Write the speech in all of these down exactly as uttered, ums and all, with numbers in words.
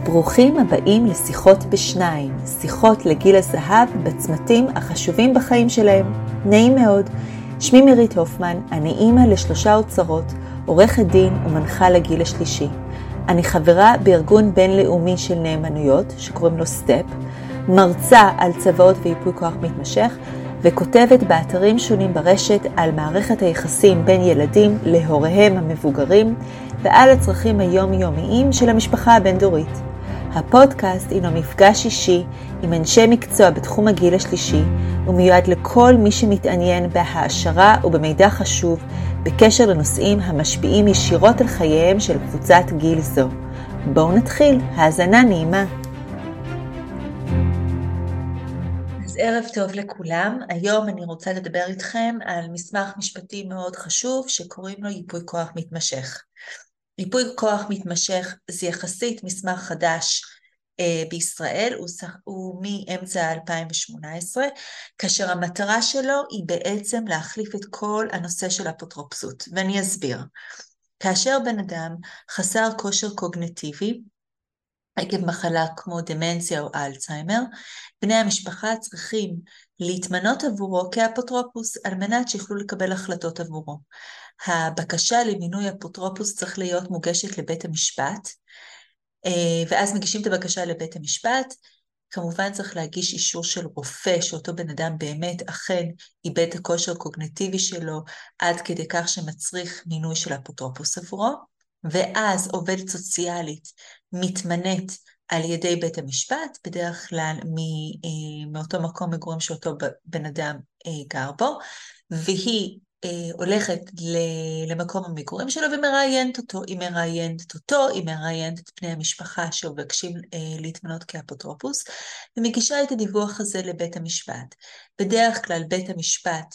ברוכים הבאים לשיחות בשניים, שיחות לגיל הזהב בצמתים החשובים בחיים שלהם. נעים מאוד, שמי מירית הופמן, אני אימא לשלושה אוצרות, עורכת דין ומנחה לגיל השלישי. אני חברה בארגון בינלאומי של נאמנויות שקוראים לו סטפ, מרצה על צוואות וייפוי כוח מתמשך, וכותבת באתרים שונים ברשת על מערכת היחסים בין ילדים להוריהם המבוגרים ועל הצרכים היומיומיים של המשפחה הבין-דורית. הפודקאסט הינו מפגש אישי עם אנשי מקצוע בתחום הגיל השלישי ומיועד לכל מי שמתעניין בהעשרה ובמידע חשוב בקשר לנושאים המשפיעים ישירות על חייהם של קבוצת גיל זו. בואו נתחיל, האזנה נעימה. אז ערב טוב לכולם, היום אני רוצה לדבר איתכם על מסמך משפטי מאוד חשוב שקוראים לו ייפוי כוח מתמשך. ייפוי כוח מתמשך זה יחסית מסמך חדש אה, בישראל, הוא, הוא מאמצע אלפיים ושמונה עשרה, כאשר המטרה שלו היא בעצם להחליף את כל הנושא של אפוטרופסות, ואני אסביר. כאשר בן אדם חסר כושר קוגניטיבי, עקב מחלה כמו דמנציה או אלצהיימר, בני המשפחה צריכים להתמנות עבורו כאפוטרופוס על מנת שיוכלו לקבל החלטות עבורו. הבקשה למינוי אפוטרופוס צריך להיות מוגשת לבית המשפט, ואז מגישים את הבקשה לבית המשפט, כמובן צריך להגיש אישור של רופא שאותו בן אדם באמת אכן איבד את הכושר הקוגניטיבי שלו עד כדי כך שמצריך מינוי של אפוטרופוס עבורו, ואז עובדת סוציאלית מתמנית על ידי בית המשפט, בדרך כלל מאותו מקום מגורים שאותו בן אדם גר בו, והיא הולכת למקום המגורים שלו ומראיינת אותו, היא מראיינת אותו, היא מראיינת את פני המשפחה שמבקשים להתמנות כאפוטרופוס, ומגישה את הדיווח הזה לבית המשפט. בדרך כלל בית המשפט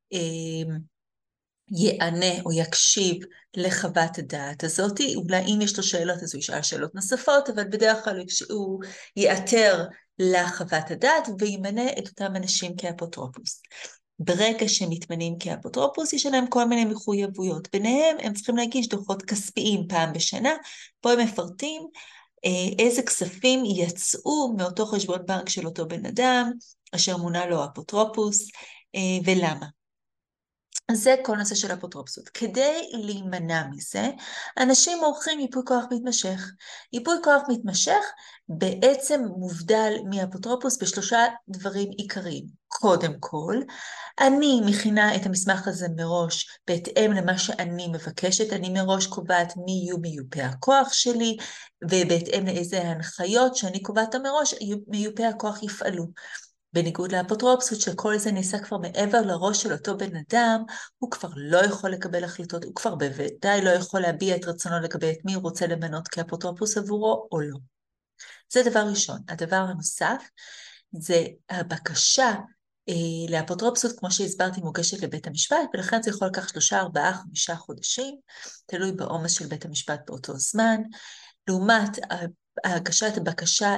יענה או יקשיב לחוות הדעת הזאת, אולי אם יש לו שאלות אז הוא ישאל שאלות נוספות, אבל בדרך כלל הוא יאתר לחוות הדעת וימנה את אותם אנשים כאפוטרופוס. ברגע שהם מתמנים כאפוטרופוס יש להם כל מיני מחויבויות, ביניהם הם צריכים להגיש דוחות כספיים פעם בשנה, פה הם מפרטים איזה כספים יצאו מאותו חשבון בנק של אותו בן אדם, אשר מונה לו אפוטרופוס, ולמה. אז זה כל נושא של אפוטרופסות. כדי להימנע מזה, אנשים עורכים ייפוי כוח מתמשך. ייפוי כוח מתמשך בעצם מובדל מאפוטרופוס בשלושה דברים עיקריים. קודם כל, אני מכינה את המסמך הזה מראש בהתאם למה שאני מבקשת, אני מראש קובעת מי יהיו מיופי הכוח שלי, ובהתאם לאיזה הנחיות שאני קובעת מראש, מיופי הכוח יפעלו. בניגוד לאפוטרופסות שכל זה נעשה כבר מעבר לראש של אותו בן אדם, הוא כבר לא יכול לקבל החלטות, הוא כבר בוודאי לא יכול להביע את רצונו לגבי את מי הוא רוצה למנות כאפוטרופוס עבורו או לא. זה דבר ראשון. הדבר הנוסף זה הבקשה אה, לאפוטרופסות, כמו שהסברתי, מוגשת לבית המשפט, ולכן זה יכול לקח שלושה, ארבעה, חמישה חודשים, תלוי בעומס של בית המשפט באותו זמן. לעומת הגשת הבקשה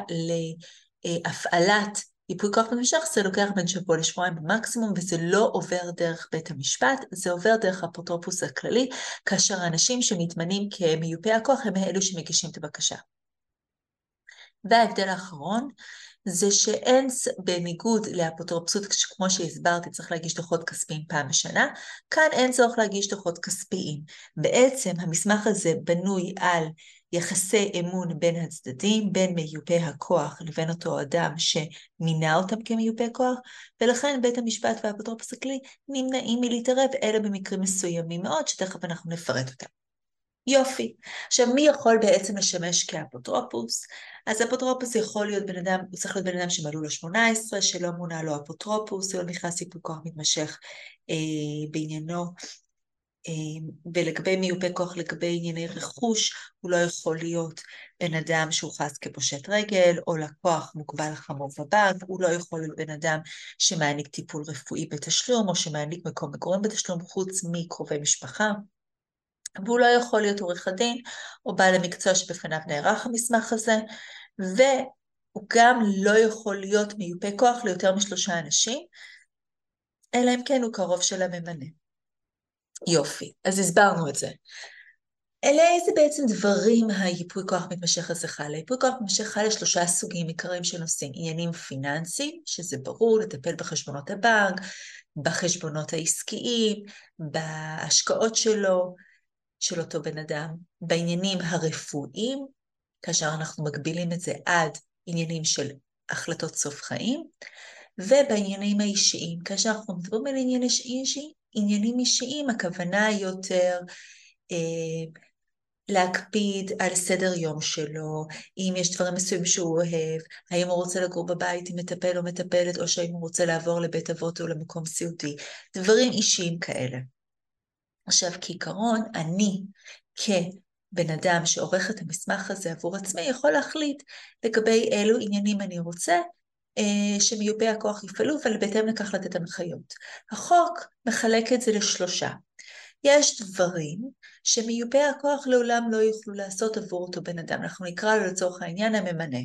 להפעלת ייפוי כוח מתמשך זה לוקח בין שבוע לשבועיים במקסימום, וזה לא עובר דרך בית המשפט, זה עובר דרך האפוטרופוס הכללי, כאשר האנשים שמתמנים כמיופי הכוח הם אלו שמגישים את הבקשה. וההבדל האחרון זה שאין, בניגוד לאפוטרופסות, כמו שהסברתי, צריך להגיש דוחות כספיים פעם בשנה, כאן אין צורך להגיש דוחות כספיים. בעצם המסמך הזה בנוי על יחסי אמון בין הצדדים, בין מיופי הכוח לבין אותו אדם שמינה אותם כמיופי כוח, ולכן בית המשפט והאפוטרופוס הכללי נמנעים מלהתערב, אלא במקרים מסוימים מאוד, שתכף אנחנו נפרט אותם. יופי. עכשיו, מי יכול בעצם לשמש כאפוטרופוס? אז אפוטרופוס יכול להיות בן אדם, הוא צריך להיות בן אדם שמלאו לו שמונה עשרה, שלא מונה לו אפוטרופוס, הוא לא נכנס ייפוי כוח מתמשך אה, בעניינו, ולגבי מיופה כוח, לגבי ענייני רכוש, הוא לא יכול להיות בן אדם שהוכרז כפושט רגל, או לקוח מוגבל חמור בבנק, הוא לא יכול להיות בן אדם שמעניק טיפול רפואי בתשלום, או שמעניק מקום מגורים בתשלום חוץ מקרובי משפחה, והוא לא יכול להיות עורך הדין, או בעל המקצוע שבפניו נערך המסמך הזה, והוא גם לא יכול להיות מיופה כוח ליותר משלושה אנשים, אלא אם כן הוא קרוב של הממנה. יופי, אז הסברנו את זה. אלה איזה בעצם דברים היפוי כוח מתמשך הזה חל. היפוי כוח מתמשך חל לשלושה סוגים עיקריים של נושאים. עניינים פיננסיים, שזה ברור, לטפל בחשבונות הבנק, בחשבונות העסקיים, בהשקעות שלו, של אותו בן אדם, בעניינים הרפואיים, כאשר אנחנו מגבילים את זה עד עניינים של החלטות סוף חיים, ובעניינים האישיים, כאשר אנחנו מדברים על עניין אישי, עניינים אישיים, הכוונה יותר אה, להקפיד על סדר יום שלו, אם יש דברים מסוימים שהוא אוהב, האם הוא רוצה לגור בבית עם מטפל או מטפלת, או שהאם הוא רוצה לעבור לבית אבות או למקום סיעודי, דברים אישיים כאלה. עכשיו, כעיקרון, אני כבן אדם שעורך את המסמך הזה עבור עצמי, יכול להחליט לגבי אילו עניינים אני רוצה, אה, שמיופי הכוח יפעלו, ובהתאם לכך לתת הנחיות. החוק מחלק את זה לשלושה. יש דברים שמיופי הכוח לעולם לא יוכלו לעשות עבור אותו בן אדם. אנחנו נקרא לו לצורך העניין הממנה.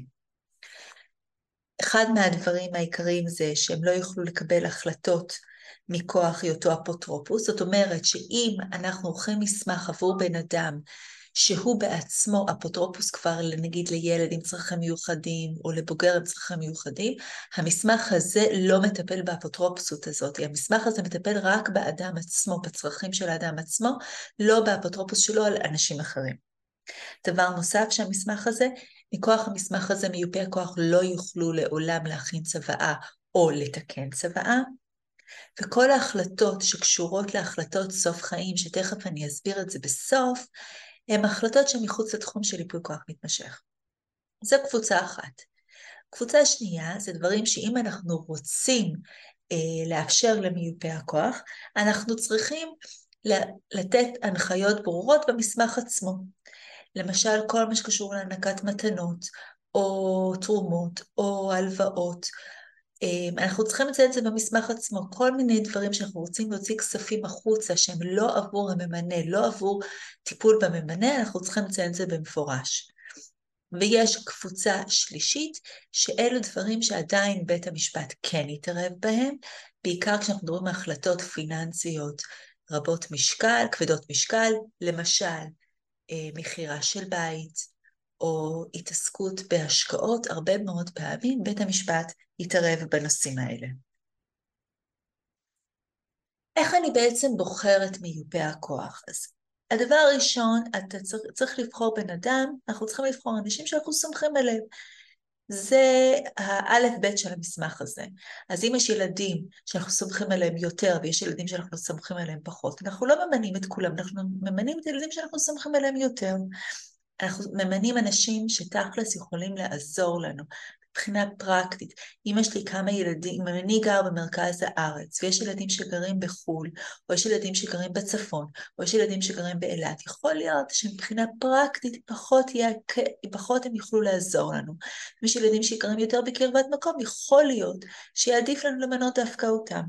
אחד מהדברים העיקריים זה שהם לא יוכלו לקבל החלטות מכוח היותו אפוטרופוס. זאת אומרת שאם אנחנו עורכים מסמך עבור בן אדם שהוא בעצמו אפוטרופוס כבר נגיד לילד עם צרכים מיוחדים או לבוגר עם צרכים מיוחדים, המסמך הזה לא מטפל באפוטרופסות הזאת. המסמך הזה מטפל רק באדם עצמו, בצרכים של האדם עצמו, לא באפוטרופוס שלו על אנשים אחרים. דבר נוסף שהמסמך הזה, מכוח המסמך הזה מיופי הכוח לא יוכלו לעולם להכין צוואה או לתקן צוואה, וכל ההחלטות שקשורות להחלטות סוף חיים, שתכף אני אסביר את זה בסוף, הן החלטות שמחוץ לתחום של ייפוי כוח מתמשך. זו קבוצה אחת. קבוצה שנייה זה דברים שאם אנחנו רוצים אה, לאפשר למיופי הכוח, אנחנו צריכים לתת הנחיות ברורות במסמך עצמו. למשל, כל מה שקשור להענקת מתנות, או תרומות, או הלוואות. אנחנו צריכים לציין את זה במסמך עצמו, כל מיני דברים שאנחנו רוצים להוציא כספים החוצה, שהם לא עבור הממנה, לא עבור טיפול בממנה, אנחנו צריכים לציין את זה במפורש. ויש קבוצה שלישית, שאלו דברים שעדיין בית המשפט כן יתערב בהם, בעיקר כשאנחנו מדברים על החלטות פיננסיות רבות משקל, כבדות משקל, למשל, מחירה של בית, או התעסקות בהשקעות, הרבה מאוד פעמים בית המשפט יתערב בנושאים האלה. איך אני בעצם בוחרת מיופי הכוח? אז הדבר הראשון, אתה צריך, צריך לבחור בן אדם, אנחנו צריכים לבחור אנשים שאנחנו סומכים עליהם. זה האלף בית של המסמך הזה. אז אם יש ילדים שאנחנו סומכים עליהם יותר, ויש ילדים שאנחנו סומכים עליהם פחות, אנחנו לא ממנים את כולם, אנחנו ממנים את הילדים שאנחנו סומכים עליהם יותר. אנחנו ממנים אנשים שתכלס יכולים לעזור לנו, מבחינה פרקטית. אם יש לי כמה ילדים, אם אני גר במרכז הארץ, ויש ילדים שגרים בחול, או יש ילדים שגרים בצפון, או יש ילדים שגרים באילת, יכול להיות שמבחינה פרקטית פחות, יהיה, פחות הם יוכלו לעזור לנו. אם יש ילדים שגרים יותר בקרבת מקום, יכול להיות שיעדיף לנו למנות דווקא אותם.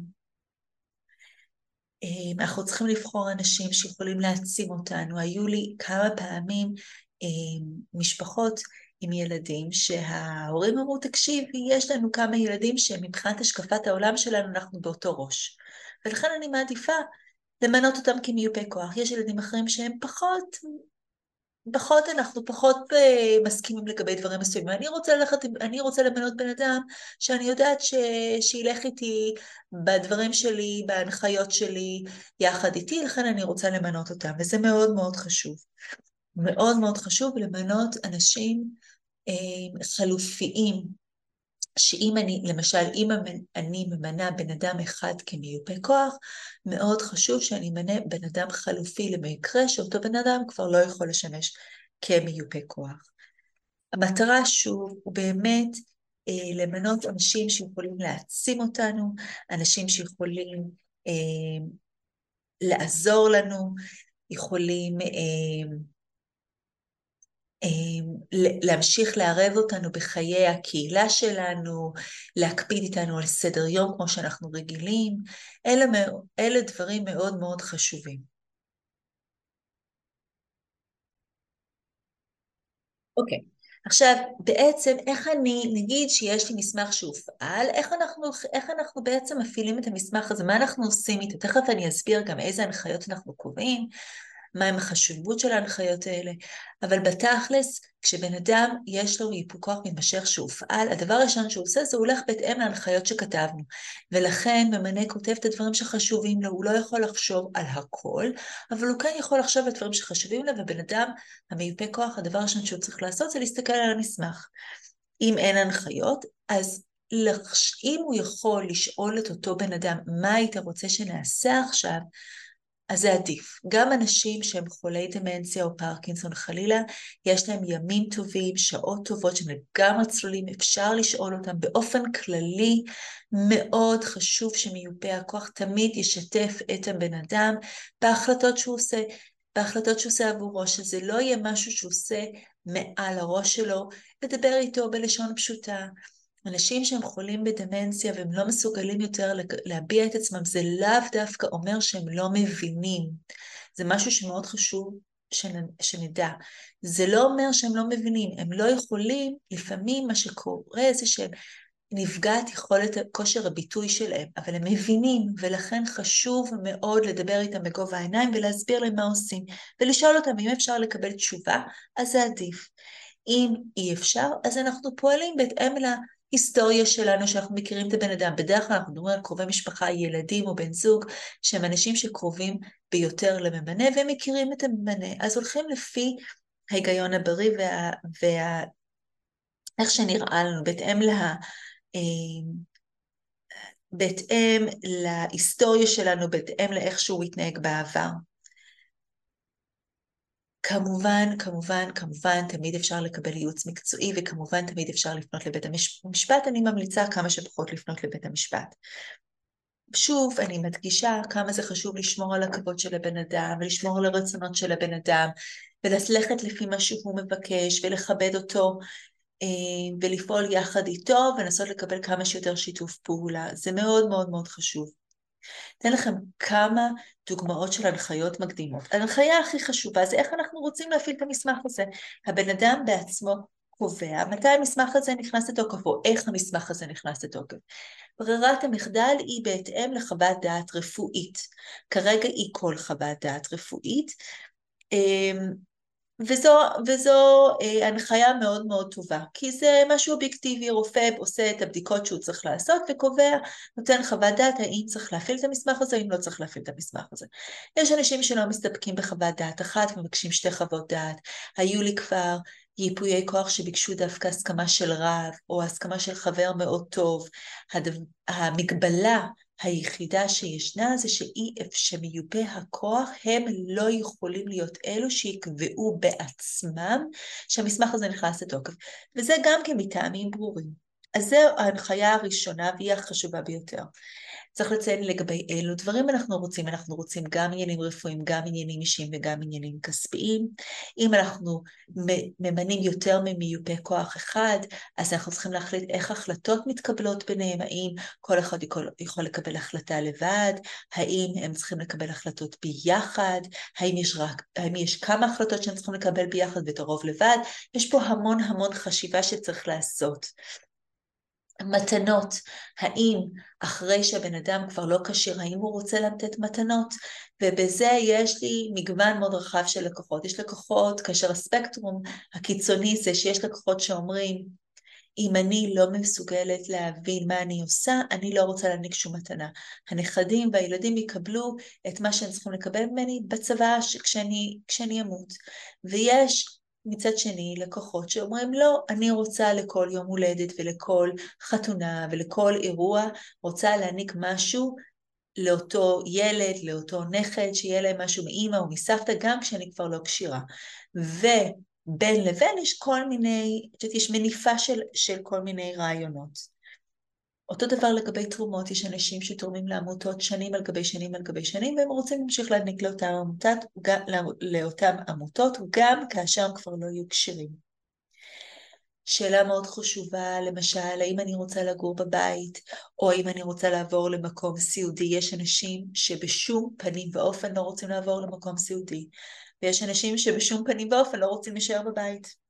אנחנו צריכים לבחור אנשים שיכולים להעצים אותנו. היו לי כמה פעמים משפחות עם ילדים שההורים אמרו, תקשיב, יש לנו כמה ילדים שמבחינת השקפת העולם שלנו אנחנו באותו ראש. ולכן אני מעדיפה למנות אותם כמיופי כוח. יש ילדים אחרים שהם פחות, פחות אנחנו פחות מסכימים לגבי דברים מסוימים. אני רוצה ללכת, אני רוצה למנות בן אדם שאני יודעת ש, שילך איתי בדברים שלי, בהנחיות שלי, יחד איתי, לכן אני רוצה למנות אותם, וזה מאוד מאוד חשוב. מאוד מאוד חשוב למנות אנשים אה, חלופיים, שאם אני, למשל, אם אני ממנה בן אדם אחד כמיופה כוח, מאוד חשוב שאני אמנה בן אדם חלופי למקרה שאותו בן אדם כבר לא יכול לשמש כמיופה כוח. המטרה שוב הוא באמת אה, למנות אנשים שיכולים להעצים אותנו, אנשים שיכולים אה, לעזור לנו, יכולים אה, להמשיך לערב אותנו בחיי הקהילה שלנו, להקפיד איתנו על סדר יום כמו שאנחנו רגילים, אלה, אלה דברים מאוד מאוד חשובים. אוקיי, עכשיו בעצם איך אני, נגיד שיש לי מסמך שהופעל, איך אנחנו, איך אנחנו בעצם מפעילים את המסמך הזה, מה אנחנו עושים איתו, תכף אני אסביר גם איזה הנחיות אנחנו קובעים, מהם החשיבות של ההנחיות האלה, אבל בתכלס, כשבן אדם יש לו ייפוי כוח מתמשך שהופעל, הדבר הראשון שהוא עושה זה הוא הולך בהתאם להנחיות שכתבנו, ולכן ממנה כותב את הדברים שחשובים לו, הוא לא יכול לחשוב על הכל, אבל הוא כן יכול לחשוב על דברים שחשובים לו, ובן אדם, המיופה כוח, הדבר הראשון שהוא צריך לעשות זה להסתכל על המסמך. אם אין הנחיות, אז אם הוא יכול לשאול את אותו בן אדם, מה היית רוצה שנעשה עכשיו, אז זה עדיף. גם אנשים שהם חולי דמנציה או פרקינסון חלילה, יש להם ימים טובים, שעות טובות, שהם לגמרי צלולים, אפשר לשאול אותם באופן כללי. מאוד חשוב שמיופה הכוח תמיד ישתף את הבן אדם בהחלטות שהוא עושה, בהחלטות שהוא עושה עבורו, שזה לא יהיה משהו שהוא עושה מעל הראש שלו, לדבר איתו בלשון פשוטה. אנשים שהם חולים בדמנציה והם לא מסוגלים יותר להביע את עצמם, זה לאו דווקא אומר שהם לא מבינים. זה משהו שמאוד חשוב שנדע. זה לא אומר שהם לא מבינים, הם לא יכולים, לפעמים מה שקורה זה שהם נפגעת יכולת כושר הביטוי שלהם, אבל הם מבינים, ולכן חשוב מאוד לדבר איתם בגובה העיניים ולהסביר להם מה עושים, ולשאול אותם אם אפשר לקבל תשובה, אז זה עדיף. אם אי אפשר, אז אנחנו פועלים בהתאם להיסטוריה שלנו, שאנחנו מכירים את הבן אדם. בדרך כלל אנחנו מדברים על קרובי משפחה, ילדים או בן זוג, שהם אנשים שקרובים ביותר לממנה, והם מכירים את הממנה. אז הולכים לפי ההיגיון הבריא, וה, וה, איך שנראה לנו, בהתאם לה... בהתאם להיסטוריה שלנו, בהתאם לאיך שהוא התנהג בעבר. כמובן, כמובן, כמובן, תמיד אפשר לקבל ייעוץ מקצועי, וכמובן תמיד אפשר לפנות לבית המשפט. אני ממליצה כמה שפחות לפנות לבית המשפט. שוב, אני מדגישה כמה זה חשוב לשמור על הכבוד של הבן אדם, ולשמור על הרצונות של הבן אדם, וללכת לפי מה שהוא מבקש, ולכבד אותו, ולפעול יחד איתו, ולנסות לקבל כמה שיותר שיתוף פעולה. זה מאוד מאוד מאוד חשוב. אתן לכם כמה דוגמאות של הנחיות מקדימות. ההנחיה הכי חשובה זה איך אנחנו רוצים להפעיל את המסמך הזה. הבן אדם בעצמו קובע מתי המסמך הזה נכנס לתוקף, או איך המסמך הזה נכנס לתוקף. ברירת המחדל היא בהתאם לחוות דעת רפואית. כרגע היא כל חוות דעת רפואית, וזו, וזו אה, הנחיה מאוד מאוד טובה, כי זה משהו אובייקטיבי, רופא עושה את הבדיקות שהוא צריך לעשות, וקובע, נותן חוות דעת, האם צריך להפעיל את המסמך הזה, האם לא צריך להפעיל את המסמך הזה. יש אנשים שלא מסתפקים בחוות דעת אחת, ומבקשים שתי חוות דעת. היו לי כבר ייפויי כוח שביקשו דווקא הסכמה של רב, או הסכמה של חבר מאוד טוב. הדו... המגבלה היחידה שישנה זה שאי שמיופה הכוח הם לא יכולים להיות אלו שיקבעו בעצמם שהמסמך הזה נכנס לתוקף. וזה גם כן מטעמים ברורים. אז זו ההנחיה הראשונה והיא החשובה ביותר. צריך לציין לגבי אילו דברים אנחנו רוצים. אנחנו רוצים גם עניינים רפואיים, גם עניינים אישיים וגם עניינים כספיים. אם אנחנו ממנים יותר ממיופה כוח אחד, אז אנחנו צריכים להחליט איך החלטות מתקבלות ביניהם, האם כל אחד יכול, יכול לקבל החלטה לבד, האם הם צריכים לקבל החלטות ביחד, האם יש, רק, האם יש כמה החלטות שהם צריכים לקבל ביחד ואת הרוב לבד. יש פה המון המון חשיבה שצריך לעשות. מתנות, האם אחרי שהבן אדם כבר לא כשיר, האם הוא רוצה לתת מתנות, ובזה יש לי מגוון מאוד רחב של לקוחות. יש לקוחות, כאשר הספקטרום הקיצוני זה שיש לקוחות שאומרים, אם אני לא מסוגלת להבין מה אני עושה, אני לא רוצה להעניק שום מתנה. הנכדים והילדים יקבלו את מה שהם צריכים לקבל ממני בצבא כשאני, כשאני אמות. ויש מצד שני לקוחות שאומרים לא, אני רוצה לכל יום הולדת ולכל חתונה ולכל אירוע, רוצה להעניק משהו לאותו ילד, לאותו נכד, שיהיה להם משהו מאמא או מסבתא, גם כשאני כבר לא קשירה. ובין לבין יש כל מיני, יש מניפה של, של כל מיני רעיונות. אותו דבר לגבי תרומות, יש אנשים שתורמים לעמותות שנים על גבי שנים על גבי שנים, והם רוצים להמשיך להעניק לאותן עמותות, לאותן עמותות, גם כאשר הם כבר לא יהיו קשירים. שאלה מאוד חשובה, למשל, האם אני רוצה לגור בבית, או האם אני רוצה לעבור למקום סיעודי. יש אנשים שבשום פנים ואופן לא רוצים לעבור למקום סיעודי, ויש אנשים שבשום פנים ואופן לא רוצים להישאר בבית.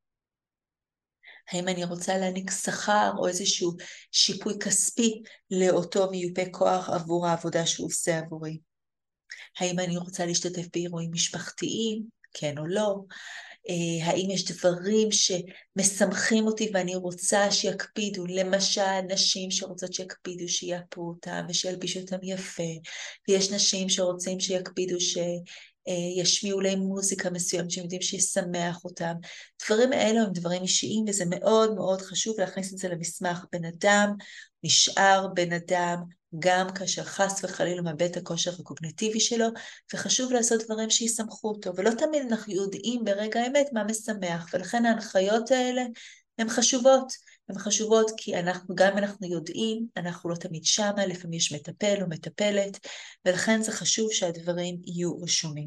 האם אני רוצה להעניק שכר או איזשהו שיפוי כספי לאותו מיופה כוח עבור העבודה שהוא עושה עבורי. האם אני רוצה להשתתף באירועים משפחתיים, כן או לא? האם יש דברים שמשמחים אותי ואני רוצה שיקפידו, למשל נשים שרוצות שיקפידו שיאפו אותם ושילבישו אותם יפה, ויש נשים שרוצים שיקפידו שישמיעו להם מוזיקה מסוימת שהם יודעים שישמח אותם. דברים האלו הם דברים אישיים וזה מאוד מאוד חשוב להכניס את זה למסמך. בן אדם נשאר בן אדם גם כאשר חס וחלילה מאבד את הכושר הקוגניטיבי שלו, וחשוב לעשות דברים שישמחו אותו, ולא תמיד אנחנו יודעים ברגע האמת מה משמח, ולכן ההנחיות האלה הן חשובות, הן חשובות כי אנחנו, גם אם אנחנו יודעים, אנחנו לא תמיד שמה, לפעמים יש מטפל או מטפלת, ולכן זה חשוב שהדברים יהיו רשומים.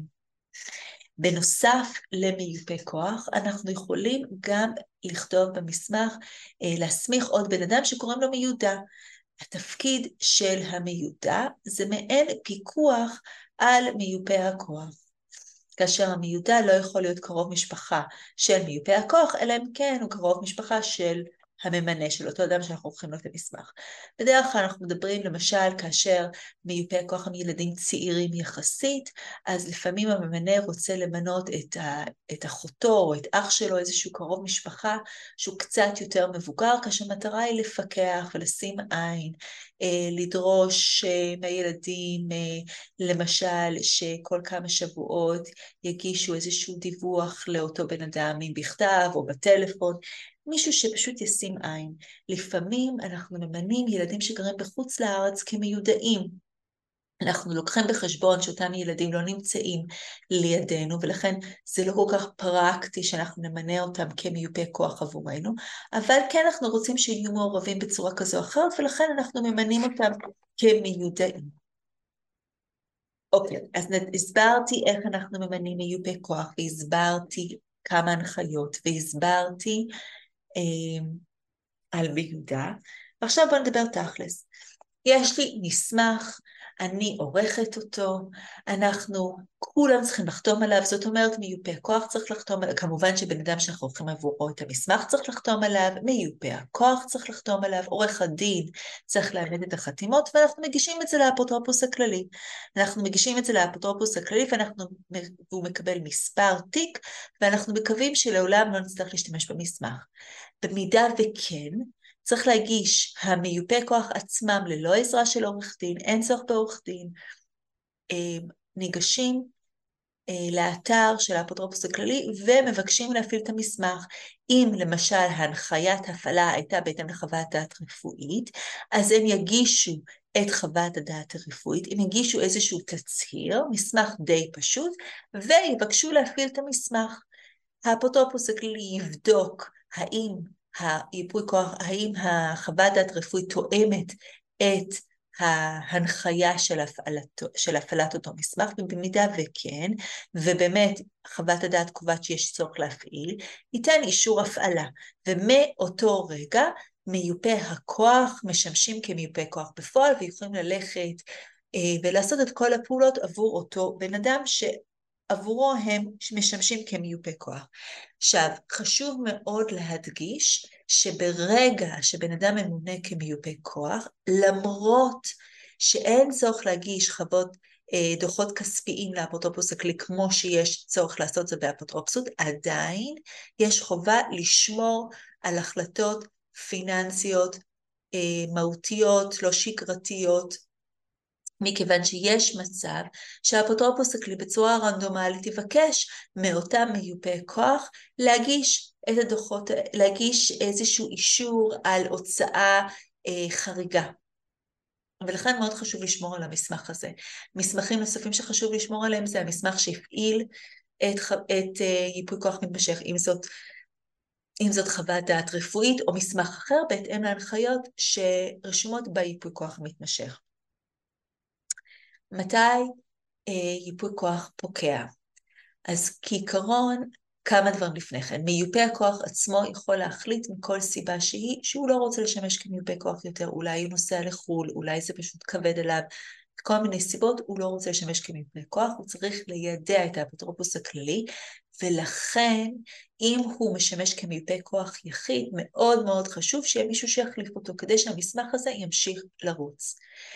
בנוסף למיופה כוח, אנחנו יכולים גם לכתוב במסמך, להסמיך עוד בן אדם שקוראים לו מיודע. התפקיד של המיודע זה מעין פיקוח על מיופה הכוח. כאשר המיודע לא יכול להיות קרוב משפחה של מיופה הכוח, אלא אם כן הוא קרוב משפחה של הממנה של אותו אדם שאנחנו הולכים לו את המסמך. בדרך כלל אנחנו מדברים למשל כאשר מיופה הכוח הם ילדים צעירים יחסית, אז לפעמים הממנה רוצה למנות את, ה, את אחותו או את אח שלו, איזשהו קרוב משפחה שהוא קצת יותר מבוגר, כאשר מטרה היא לפקח ולשים עין, לדרוש מהילדים, למשל שכל כמה שבועות יגישו איזשהו דיווח לאותו בן אדם, אם בכתב או בטלפון, מישהו שפשוט ישים עין. לפעמים אנחנו ממנים ילדים שגרים בחוץ לארץ כמיודעים. אנחנו לוקחים בחשבון שאותם ילדים לא נמצאים לידינו, ולכן זה לא כל כך פרקטי שאנחנו נמנה אותם כמיופה כוח עבורנו, אבל כן אנחנו רוצים שיהיו מעורבים בצורה כזו או אחרת, ולכן אנחנו ממנים אותם כמיודעים. אוקיי, אז הסברתי איך אנחנו ממנים מיופה כוח, והסברתי כמה הנחיות, והסברתי אה, על מיודע, ועכשיו בואו נדבר תכלס. יש לי מסמך, אני עורכת אותו, אנחנו כולם צריכים לחתום עליו, זאת אומרת מיופה הכוח צריך לחתום עליו, כמובן שבן אדם שאנחנו הולכים עבורו את המסמך צריך לחתום עליו, מיופה הכוח צריך לחתום עליו, עורך הדין צריך להעמיד את החתימות, ואנחנו מגישים את זה לאפוטרופוס הכללי. אנחנו מגישים את זה לאפוטרופוס הכללי, ואנחנו, והוא מקבל מספר תיק, ואנחנו מקווים שלעולם לא נצטרך להשתמש במסמך. במידה וכן, צריך להגיש המיופה כוח עצמם ללא עזרה של עורך דין, אין צורך בעורך דין, ניגשים לאתר של האפוטרופוס הכללי ומבקשים להפעיל את המסמך. אם למשל הנחיית הפעלה הייתה בהתאם לחוות דעת רפואית, אז הם יגישו את חוות הדעת הרפואית, הם יגישו איזשהו תצהיר, מסמך די פשוט, ויבקשו להפעיל את המסמך. האפוטרופוס הכללי יבדוק האם היפוי כוח, האם החוות דעת רפואית תואמת את ההנחיה של הפעלת, של הפעלת אותו מסמך, ובמידה וכן, ובאמת חוות הדעת קובעת שיש צורך להפעיל, ייתן אישור הפעלה, ומאותו רגע מיופה הכוח משמשים כמיופה כוח בפועל, ויכולים ללכת ולעשות את כל הפעולות עבור אותו בן אדם ש... עבורו הם משמשים כמיופה כוח. עכשיו, חשוב מאוד להדגיש שברגע שבן אדם ממונה כמיופה כוח, למרות שאין צורך להגיש חוות דוחות כספיים לאפוטרופוס הכללי, כמו שיש צורך לעשות זה באפוטרופסות, עדיין יש חובה לשמור על החלטות פיננסיות מהותיות, לא שגרתיות, מכיוון שיש מצב שהאפוטרופוס הכללי בצורה רנדומלית יבקש מאותם מיופה כוח להגיש את הדוחות, להגיש איזשהו אישור על הוצאה אה, חריגה. ולכן מאוד חשוב לשמור על המסמך הזה. מסמכים נוספים שחשוב לשמור עליהם זה המסמך שהפעיל את, את אה, ייפוי כוח מתמשך, אם זאת, אם זאת חוות דעת רפואית או מסמך אחר בהתאם להנחיות שרשומות בייפוי כוח מתמשך. מתי אה, ייפוי כוח פוקע? אז כעיקרון, כמה דברים לפני כן. מיופה הכוח עצמו יכול להחליט מכל סיבה שהיא, שהוא לא רוצה לשמש כמיופה כוח יותר, אולי הוא נוסע לחול, אולי זה פשוט כבד עליו, כל מיני סיבות, הוא לא רוצה לשמש כמיופה כוח, הוא צריך לידע את האפוטרופוס הכללי, ולכן אם הוא משמש כמיופה כוח יחיד, מאוד מאוד חשוב שיהיה מישהו שיחליף אותו, כדי שהמסמך הזה ימשיך לרוץ.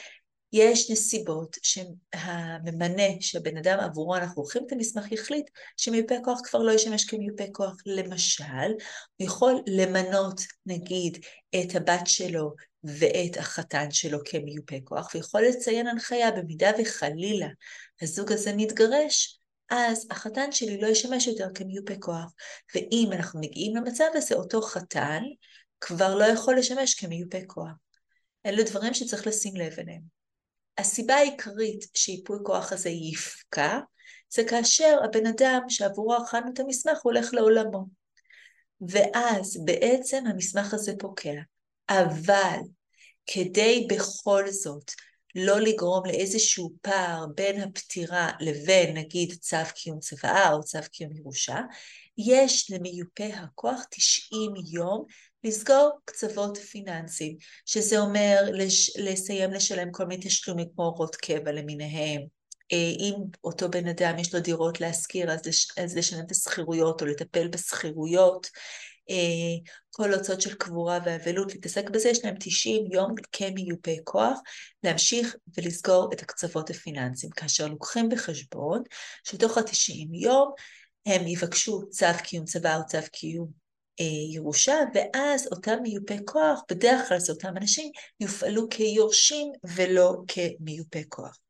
יש נסיבות שהממנה שהבן אדם עבורו אנחנו עורכים את המסמך יחליט שמיופה כוח כבר לא ישמש כמיופה כוח. למשל, הוא יכול למנות נגיד את הבת שלו ואת החתן שלו כמיופה כוח, ויכול לציין הנחיה במידה וחלילה הזוג הזה מתגרש, אז החתן שלי לא ישמש יותר כמיופה כוח. ואם אנחנו מגיעים למצב הזה, אותו חתן כבר לא יכול לשמש כמיופה כוח. אלו דברים שצריך לשים לב אליהם. הסיבה העיקרית שיפוי כוח הזה יפקע, זה כאשר הבן אדם שעבורו הכנו את המסמך הולך לעולמו. ואז בעצם המסמך הזה פוקע. אבל כדי בכל זאת לא לגרום לאיזשהו פער בין הפטירה לבין נגיד צו קיום צוואה או צו קיום ירושה, יש למיופה הכוח תשעים יום לסגור קצוות פיננסיים, שזה אומר לש... לסיים לשלם כל מיני תשלומים כמו אורות קבע למיניהם. אם אותו בן אדם יש לו דירות להשכיר, אז, לש... אז לשלם את הסחירויות או לטפל בסחירויות, כל הוצאות של קבורה ואבלות, להתעסק בזה, יש להם תשעים יום כמיופה כוח להמשיך ולסגור את הקצוות הפיננסיים, כאשר לוקחים בחשבון שתוך ה-תשעים יום הם יבקשו צו קיום צוואה או צו קיום ירושה, ואז אותם מיופה כוח, בדרך כלל זה אותם אנשים, יופעלו כיורשים ולא כמיופה כוח.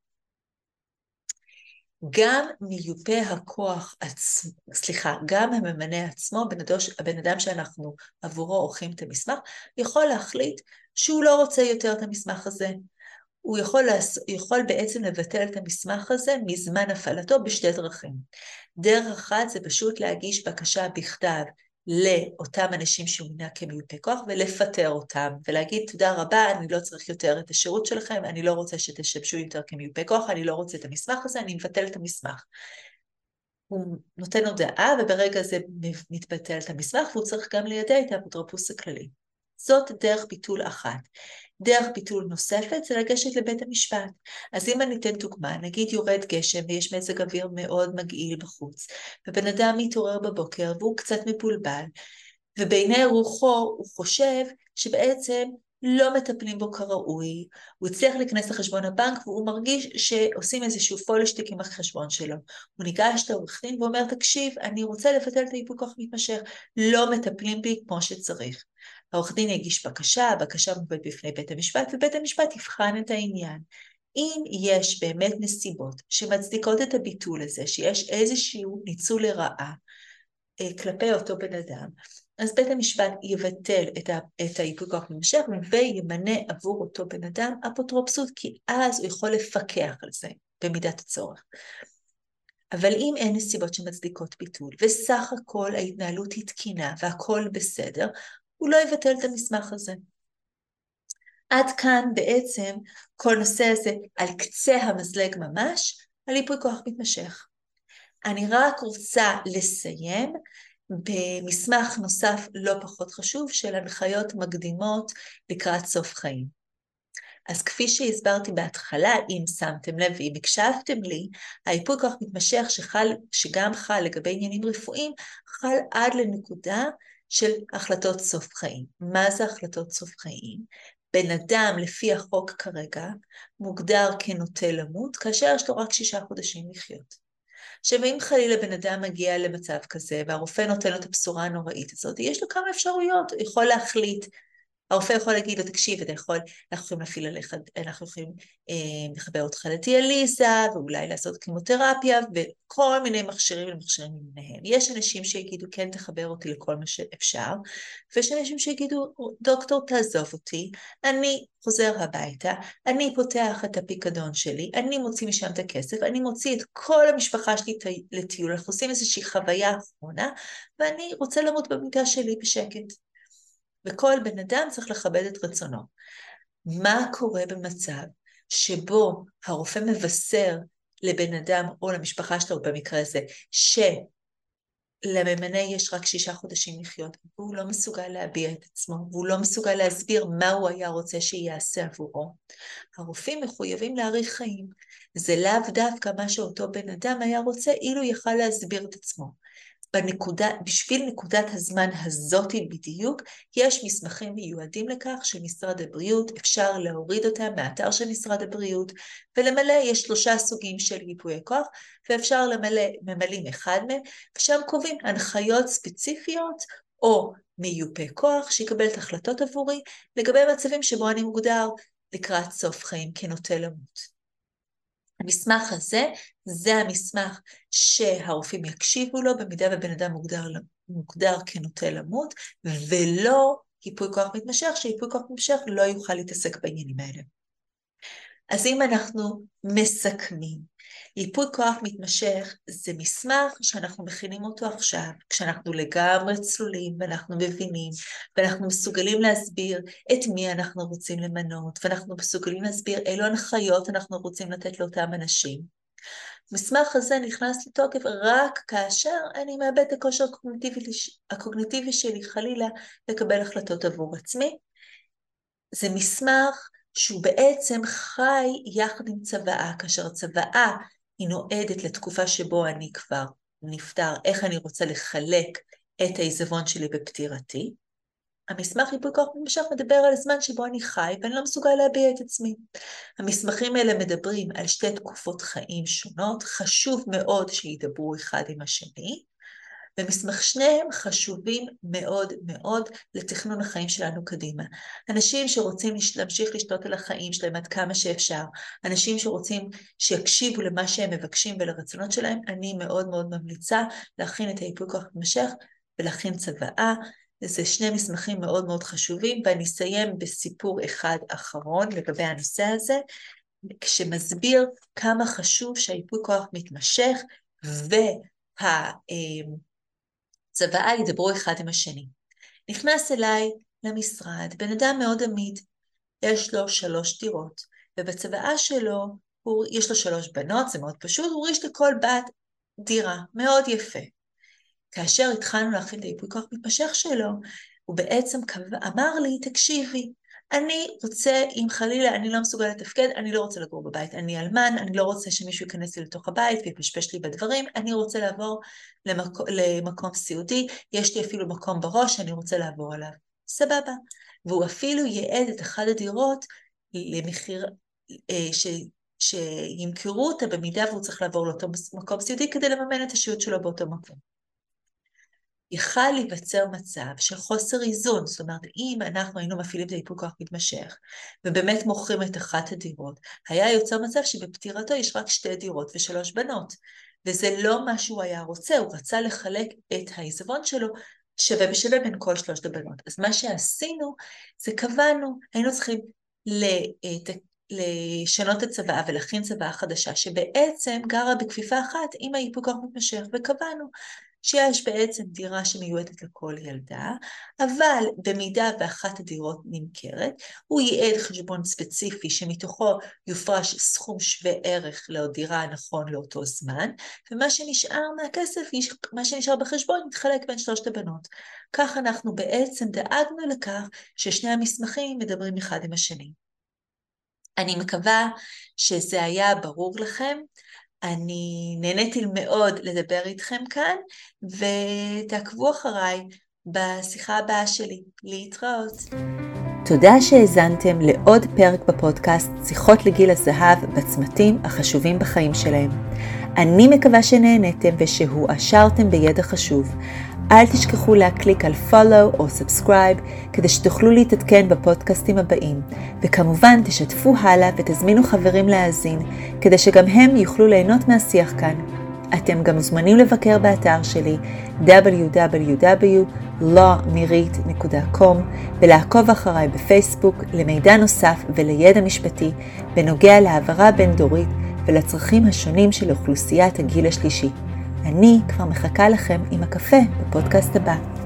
גם מיופה הכוח עצמו, סליחה, גם הממנה עצמו, הבן אדם שאנחנו עבורו עורכים את המסמך, יכול להחליט שהוא לא רוצה יותר את המסמך הזה. הוא יכול, יכול בעצם לבטל את המסמך הזה מזמן הפעלתו בשתי דרכים. דרך אחת זה פשוט להגיש בקשה בכתב לאותם אנשים שהוא מינה כמיופה כוח ולפטר אותם ולהגיד תודה רבה, אני לא צריך יותר את השירות שלכם, אני לא רוצה שתשמשו יותר כמיופה כוח, אני לא רוצה את המסמך הזה, אני מבטל את המסמך. הוא נותן הודעה וברגע זה מתבטל את המסמך והוא צריך גם לידע את האפוטרופוס הכללי. זאת דרך ביטול אחת. דרך ביטול נוספת זה לגשת לבית המשפט. אז אם אני אתן דוגמה, נגיד יורד גשם ויש מזג אוויר מאוד מגעיל בחוץ, ובן אדם מתעורר בבוקר והוא קצת מבולבל, ובעיני רוחו הוא חושב שבעצם לא מטפלים בו כראוי, הוא הצליח להיכנס לחשבון הבנק והוא מרגיש שעושים איזשהו פולשטיק עם החשבון שלו. הוא ניגש לעורך דין ואומר, תקשיב, אני רוצה לבטל את הייפוי כוח מתמשך, לא מטפלים בי כמו שצריך. העורך דין יגיש בקשה, הבקשה מובאת בפני בית המשפט, ובית המשפט יבחן את העניין. אם יש באמת נסיבות שמצדיקות את הביטול הזה, שיש איזשהו ניצול לרעה כלפי אותו בן אדם, אז בית המשפט יבטל את הייפוי כוח מתמשך וימנה עבור אותו בן אדם אפוטרופסות, כי אז הוא יכול לפקח על זה במידת הצורך. אבל אם אין נסיבות שמצדיקות ביטול, וסך הכל ההתנהלות היא תקינה והכל בסדר, הוא לא יבטל את המסמך הזה. עד כאן בעצם כל נושא הזה על קצה המזלג ממש, על ייפוי כוח מתמשך. אני רק רוצה לסיים במסמך נוסף לא פחות חשוב של הנחיות מקדימות לקראת סוף חיים. אז כפי שהסברתי בהתחלה, אם שמתם לב ואם הקשבתם לי, הייפוי כוח מתמשך שחל, שגם חל לגבי עניינים רפואיים, חל עד לנקודה של החלטות סוף חיים. מה זה החלטות סוף חיים? בן אדם לפי החוק כרגע מוגדר כנוטה למות, כאשר יש לו רק שישה חודשים לחיות. עכשיו, אם חלילה בן אדם מגיע למצב כזה, והרופא נותן לו את הבשורה הנוראית הזאת, יש לו כמה אפשרויות, הוא יכול להחליט, הרופא יכול להגיד לו, תקשיב, אתה יכול, אנחנו יכולים להפעיל עליך, אנחנו יכולים אה, לחבר אותך לדיאליזה, ואולי לעשות כימותרפיה, וכל מיני מכשירים ומכשירים מביניהם. יש אנשים שיגידו, כן, תחבר אותי לכל מה שאפשר, ויש אנשים שיגידו, דוקטור, תעזוב אותי, אני חוזר הביתה, אני פותח את הפיקדון שלי, אני מוציא משם את הכסף, אני מוציא את כל המשפחה שלי לטיול, אנחנו עושים איזושהי חוויה אחרונה, ואני רוצה למות במיטה שלי בשקט. וכל בן אדם צריך לכבד את רצונו. מה קורה במצב שבו הרופא מבשר לבן אדם או למשפחה שלו במקרה הזה, שלממנה יש רק שישה חודשים לחיות, והוא לא מסוגל להביע את עצמו, והוא לא מסוגל להסביר מה הוא היה רוצה שיעשה עבורו. הרופאים מחויבים להאריך חיים. זה לאו דווקא מה שאותו בן אדם היה רוצה, אילו יכל להסביר את עצמו. בנקודה, בשביל נקודת הזמן הזאת בדיוק, יש מסמכים מיועדים לכך שמשרד הבריאות, אפשר להוריד אותם מהאתר של משרד הבריאות, ולמלא, יש שלושה סוגים של ייפוי כוח, ואפשר למלא, ממלאים אחד מהם, ושם קובעים הנחיות ספציפיות, או מיופה כוח, שיקבל את החלטות עבורי, לגבי מצבים שבו אני מוגדר לקראת סוף חיים כנוטה למות. המסמך הזה, זה המסמך שהרופאים יקשיבו לו, במידה ובן אדם מוגדר, מוגדר כנוטה למות, ולא ייפוי כוח מתמשך, שייפוי כוח מתמשך לא יוכל להתעסק בעניינים האלה. אז אם אנחנו מסכמים, ייפוי כוח מתמשך זה מסמך שאנחנו מכינים אותו עכשיו, כשאנחנו לגמרי צלולים ואנחנו מבינים, ואנחנו מסוגלים להסביר את מי אנחנו רוצים למנות, ואנחנו מסוגלים להסביר אילו הנחיות אנחנו רוצים לתת לאותם אנשים. המסמך הזה נכנס לתוקף רק כאשר אני מאבד את הכושר הקוגניטיבי, הקוגניטיבי שלי חלילה לקבל החלטות עבור עצמי. זה מסמך שהוא בעצם חי יחד עם צוואה, כאשר הצוואה היא נועדת לתקופה שבו אני כבר נפטר, איך אני רוצה לחלק את העיזבון שלי בפטירתי. המסמך ייפוי כוח מתמשך מדבר על הזמן שבו אני חי ואני לא מסוגל להביע את עצמי. המסמכים האלה מדברים על שתי תקופות חיים שונות, חשוב מאוד שידברו אחד עם השני, ומסמך שניהם חשובים מאוד מאוד לתכנון החיים שלנו קדימה. אנשים שרוצים להמשיך לשתות על החיים שלהם עד כמה שאפשר, אנשים שרוצים שיקשיבו למה שהם מבקשים ולרצונות שלהם, אני מאוד מאוד ממליצה להכין את הייפוי כוח מתמשך ולהכין צוואה. זה שני מסמכים מאוד מאוד חשובים, ואני אסיים בסיפור אחד אחרון לגבי הנושא הזה, כשמסביר כמה חשוב שהייפוי כוח מתמשך וה... צוואה ידברו אחד עם השני. נכנס אליי למשרד, בן אדם מאוד עמיד, יש לו שלוש דירות, ובצוואה שלו, הוא, יש לו שלוש בנות, זה מאוד פשוט, הוא ריש לכל בת דירה, מאוד יפה. כאשר התחלנו להכין את הייפוי כוח מתמשך שלו, הוא בעצם קבע, אמר לי, תקשיבי, אני רוצה, אם חלילה אני לא מסוגל לתפקד, אני לא רוצה לגור בבית, אני אלמן, אני לא רוצה שמישהו ייכנס לי לתוך הבית ויפשפש לי בדברים, אני רוצה לעבור למקום, למקום סיעודי, יש לי אפילו מקום בראש, אני רוצה לעבור עליו. סבבה. והוא אפילו ייעד את אחד הדירות למחיר, ש, שימכרו אותה במידה והוא צריך לעבור לאותו מקום סיעודי, כדי לממן את השהות שלו באותו מקום. יכל להיווצר מצב של חוסר איזון, זאת אומרת, אם אנחנו היינו מפעילים את הייפוי כוח מתמשך, ובאמת מוכרים את אחת הדירות, היה יוצר מצב שבפטירתו יש רק שתי דירות ושלוש בנות, וזה לא מה שהוא היה רוצה, הוא רצה לחלק את העיזבון שלו שווה בשווה בין כל שלושת הבנות. אז מה שעשינו, זה קבענו, היינו צריכים לשנות את הצוואה ולהכין צוואה חדשה, שבעצם גרה בכפיפה אחת עם הייפוי כוח מתמשך, וקבענו, שיש בעצם דירה שמיועדת לכל ילדה, אבל במידה ואחת הדירות נמכרת, הוא ייעד חשבון ספציפי שמתוכו יופרש סכום שווה ערך לעוד דירה הנכון לאותו זמן, ומה שנשאר מהכסף, מה שנשאר בחשבון, מתחלק בין שלושת הבנות. כך אנחנו בעצם דאגנו לכך ששני המסמכים מדברים אחד עם השני. אני מקווה שזה היה ברור לכם. אני נהניתי מאוד לדבר איתכם כאן, ותעקבו אחריי בשיחה הבאה שלי. להתראות. תודה שהאזנתם לעוד פרק בפודקאסט שיחות לגיל הזהב בצמתים החשובים בחיים שלהם. אני מקווה שנהניתם ושהועשרתם בידע חשוב. אל תשכחו להקליק על follow או subscribe כדי שתוכלו להתעדכן בפודקאסטים הבאים, וכמובן תשתפו הלאה ותזמינו חברים להאזין כדי שגם הם יוכלו ליהנות מהשיח כאן. אתם גם מוזמנים לבקר באתר שלי דאבליו דאבליו דאבליו נקודה לאו נירית נקודה קום ולעקוב אחריי בפייסבוק למידע נוסף ולידע משפטי בנוגע להעברה בין דורית ולצרכים השונים של אוכלוסיית הגיל השלישי. אני כבר מחכה לכם עם הקפה בפודקאסט הבא.